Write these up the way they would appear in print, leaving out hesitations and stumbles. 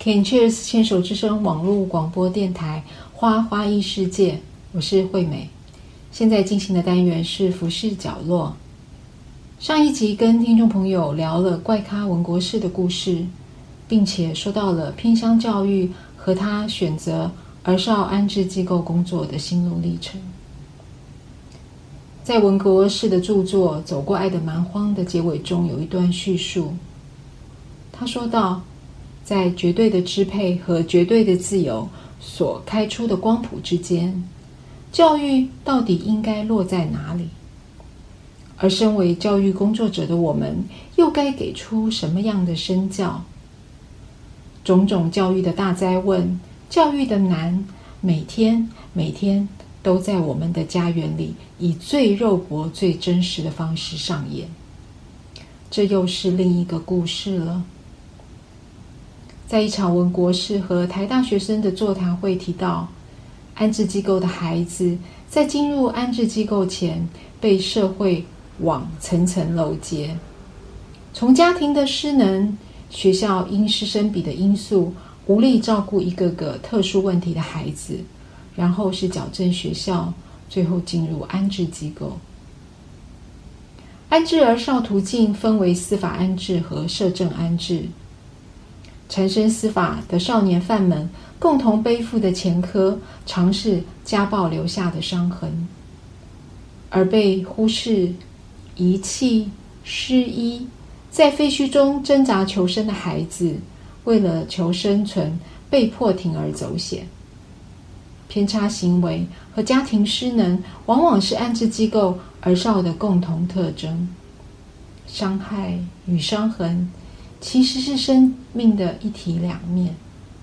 CanCheers 牵手之声网络广播电台花花异世界，我是惠美。现在进行的单元是浮世角落。上一集跟听众朋友聊了怪咖文国士的故事，并且说到了偏乡教育和他选择儿少安置机构工作的心路历程。在文国士的著作《走过爱的蛮荒》的结尾中有一段叙述，他说道，在绝对的支配和绝对的自由所开出的光谱之间，教育到底应该落在哪里？而身为教育工作者的我们，又该给出什么样的身教？种种教育的大哉问，教育的难，每天都在我们的家园里，以最肉搏、最真实的方式上演。这又是另一个故事了。在一场文国士和台大学生的座谈会提到，安置机构的孩子在进入安置机构前，被社会网层层楼接，从家庭的失能、学校因师生比的因素无力照顾一个个特殊问题的孩子，然后是矫正学校，最后进入安置机构。安置儿少途径分为司法安置和社政安置。缠身司法的少年犯们共同背负的前科，常是家暴留下的伤痕，而被忽视、遗弃、失依，在废墟中挣扎求生的孩子，为了求生存，被迫铤而走险。偏差行为和家庭失能，往往是安置机构儿少的共同特征。伤害与伤痕其实是生命的一体两面。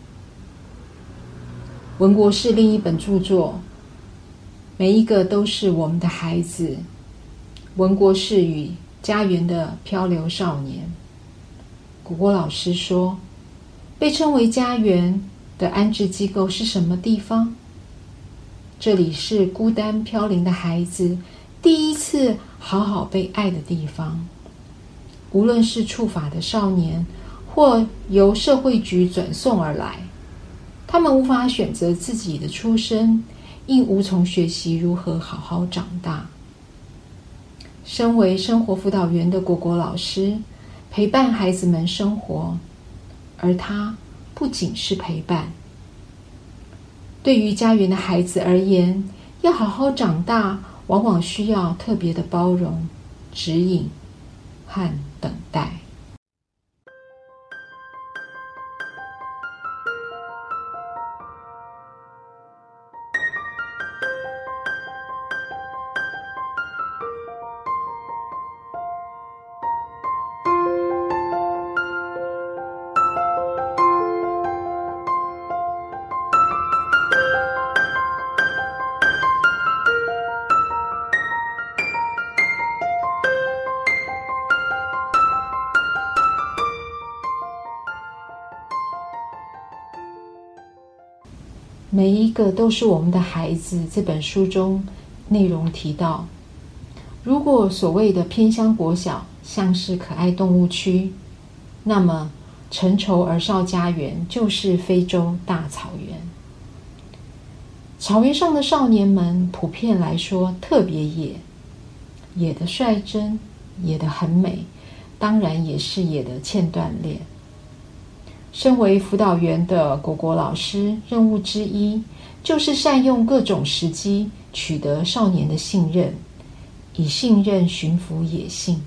文国士另一本著作《每一个都是我们的孩子》，文国士与家园的漂流少年。果果老师说，被称为家园的安置机构是什么地方？这里是孤单飘零的孩子第一次好好被爱的地方。无论是触法的少年，或由社会局转送而来，他们无法选择自己的出身，亦无从学习如何好好长大。身为生活辅导员的果果老师，陪伴孩子们生活，而他不仅是陪伴。对于家园的孩子而言，要好好长大，往往需要特别的包容、指引和等待。每一个都是我们的孩子这本书中内容提到，如果所谓的偏乡国小像是可爱动物区，那么成稠儿少家园就是非洲大草原。草原上的少年们普遍来说特别野，野的率真，野的很美，当然也是野的欠锻炼。身为辅导员的果果老师，任务之一就是善用各种时机，取得少年的信任，以信任驯服野性。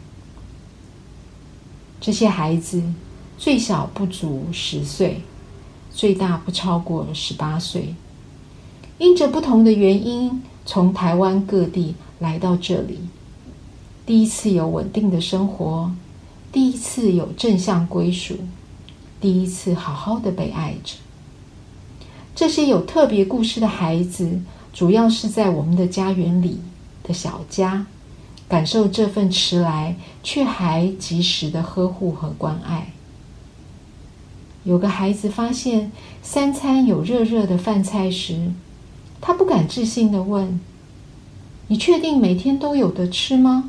这些孩子最小不足10岁，最大不超过18岁，因着不同的原因，从台湾各地来到这里，第一次有稳定的生活，第一次有正向归属，第一次好好的被爱着。这些有特别故事的孩子，主要是在我们的家园里的小家，感受这份迟来却还及时的呵护和关爱。有个孩子发现3餐有热热的饭菜时，他不敢置信地问：“你确定每天都有得吃吗？”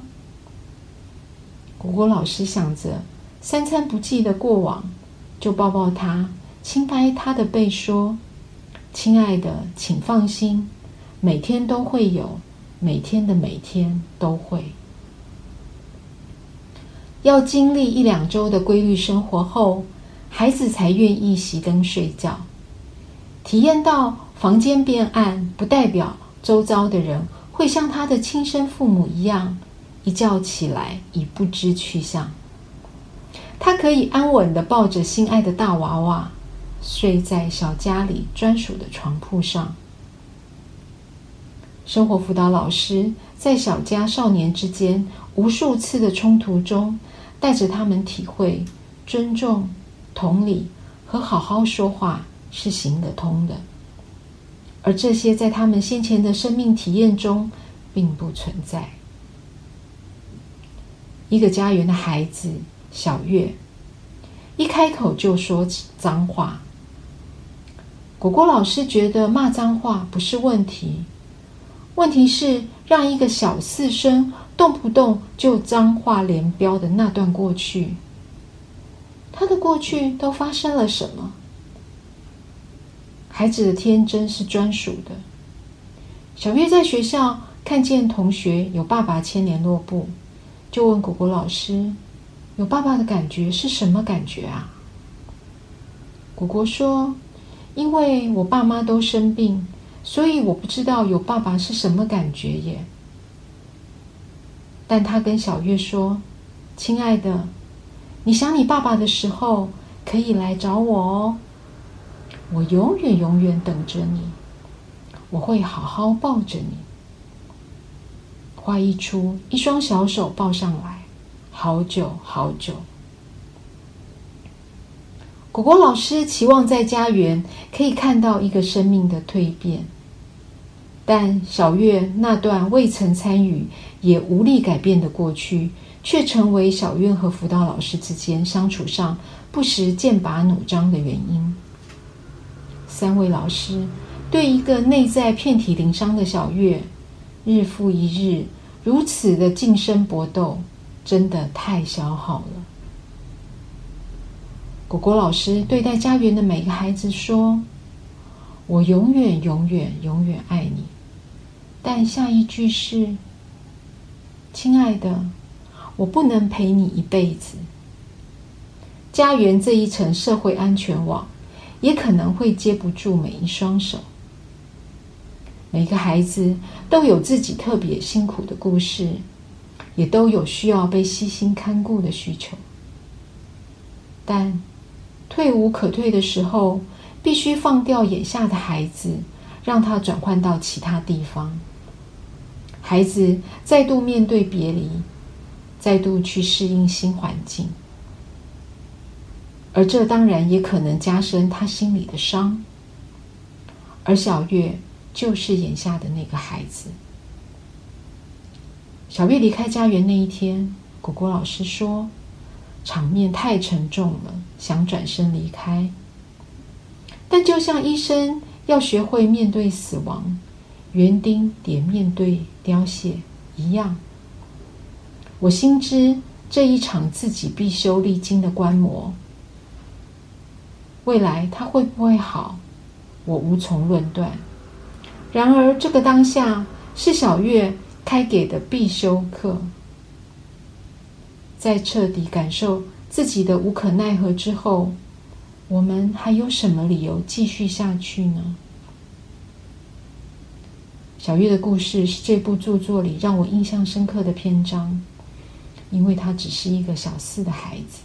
果果老师想着3餐不济的过往，就抱抱他， 轻拍他的背说：亲爱的，请放心，每天都会有，每天的每天都会。要经历1-2周的规律生活后，孩子才愿意熄灯睡觉。体验到房间变暗，不代表周遭的人会像他的亲生父母一样，一觉起来已不知去向。他可以安稳地抱着心爱的大娃娃，睡在小家里专属的床铺上。生活辅导老师在小家少年之间无数次的冲突中，带着他们体会尊重、同理和好好说话是行得通的，而这些在他们先前的生命体验中并不存在。一个家园的孩子小月，一开口就说脏话。果果老师觉得骂脏话不是问题，问题是让一个小4生动不动就脏话连飙的那段过去。他的过去都发生了什么？孩子的天真是专属的。小月在学校看见同学有爸爸签联络簿，就问果果老师，有爸爸的感觉是什么感觉啊？果果说，因为我爸妈都生病，所以我不知道有爸爸是什么感觉耶。但他跟小月说，亲爱的，你想你爸爸的时候可以来找我哦，我永远永远等着你，我会好好抱着你。话一出，一双小手抱上来，好久好久。果果老师期望在家园可以看到一个生命的蜕变，但小月那段未曾参与也无力改变的过去，却成为小月和辅导老师之间相处上不时剑拔弩张的原因。3位老师对一个内在遍体鳞伤的小月，日复一日如此的近身搏斗，真的太消耗了。果果老师对待家园的每个孩子说，我永远永远永远爱你，但下一句是，亲爱的，我不能陪你一辈子。家园这一层社会安全网也可能会接不住每一双手。每个孩子都有自己特别辛苦的故事，也都有需要被悉心看顾的需求。但退无可退的时候，必须放掉眼下的孩子，让他转换到其他地方。孩子再度面对别离，再度去适应新环境，而这当然也可能加深他心里的伤。而小月就是眼下的那个孩子。小月离开家园那一天，果果老师说，场面太沉重了，想转身离开。但就像医生要学会面对死亡，园丁得面对凋谢一样，我深知这一场自己必修历经的观摩，未来它会不会好，我无从论断。然而这个当下是小月开给的必修课，在彻底感受自己的无可奈何之后，我们还有什么理由继续下去呢？小月的故事是这部著作里让我印象深刻的篇章，因为她只是一个小4的孩子。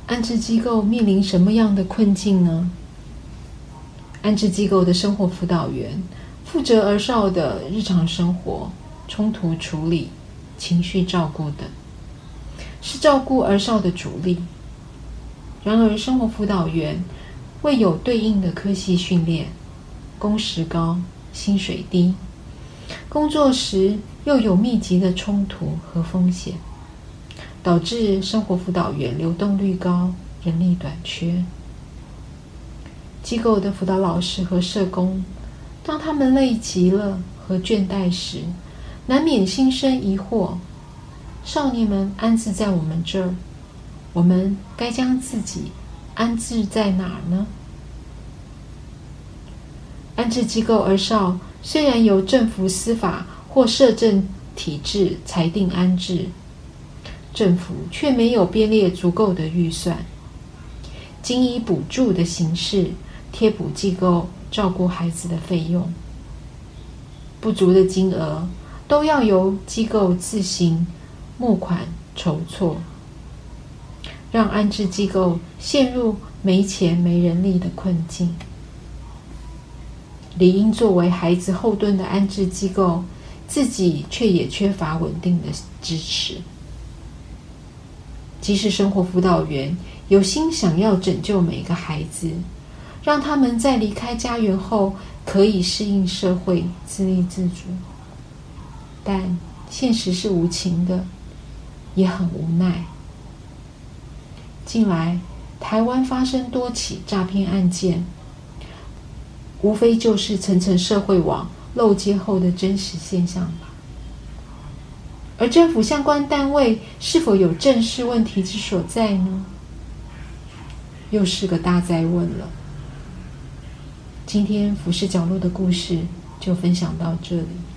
安置机构面临什么样的困境呢？安置机构的生活辅导员负责儿少的日常生活、冲突处理、情绪照顾等，是照顾儿少的主力。然而，生活辅导员未有对应的科系训练，工时高、薪水低，工作时又有密集的冲突和风险，导致生活辅导员流动率高，人力短缺。机构的辅导老师和社工，当他们累极了和倦怠时，难免心生疑惑：少年们安置在我们这儿，我们该将自己安置在哪儿呢？安置机构儿少虽然由政府司法或社政体制裁定安置，政府却没有编列足够的预算，仅以补助的形式贴补机构照顾孩子的费用，不足的金额都要由机构自行募款筹措，让安置机构陷入没钱没人力的困境。理应作为孩子后盾的安置机构，自己却也缺乏稳定的支持。即使生活辅导员有心想要拯救每个孩子，让他们在离开家园后可以适应社会、自立自主，但现实是无情的，也很无奈。近来台湾发生多起诈骗案件，无非就是层层社会网漏接后的真实现象吧。而政府相关单位是否有正视问题之所在呢？又是个大哉问了。今天浮世角落的故事就分享到这里。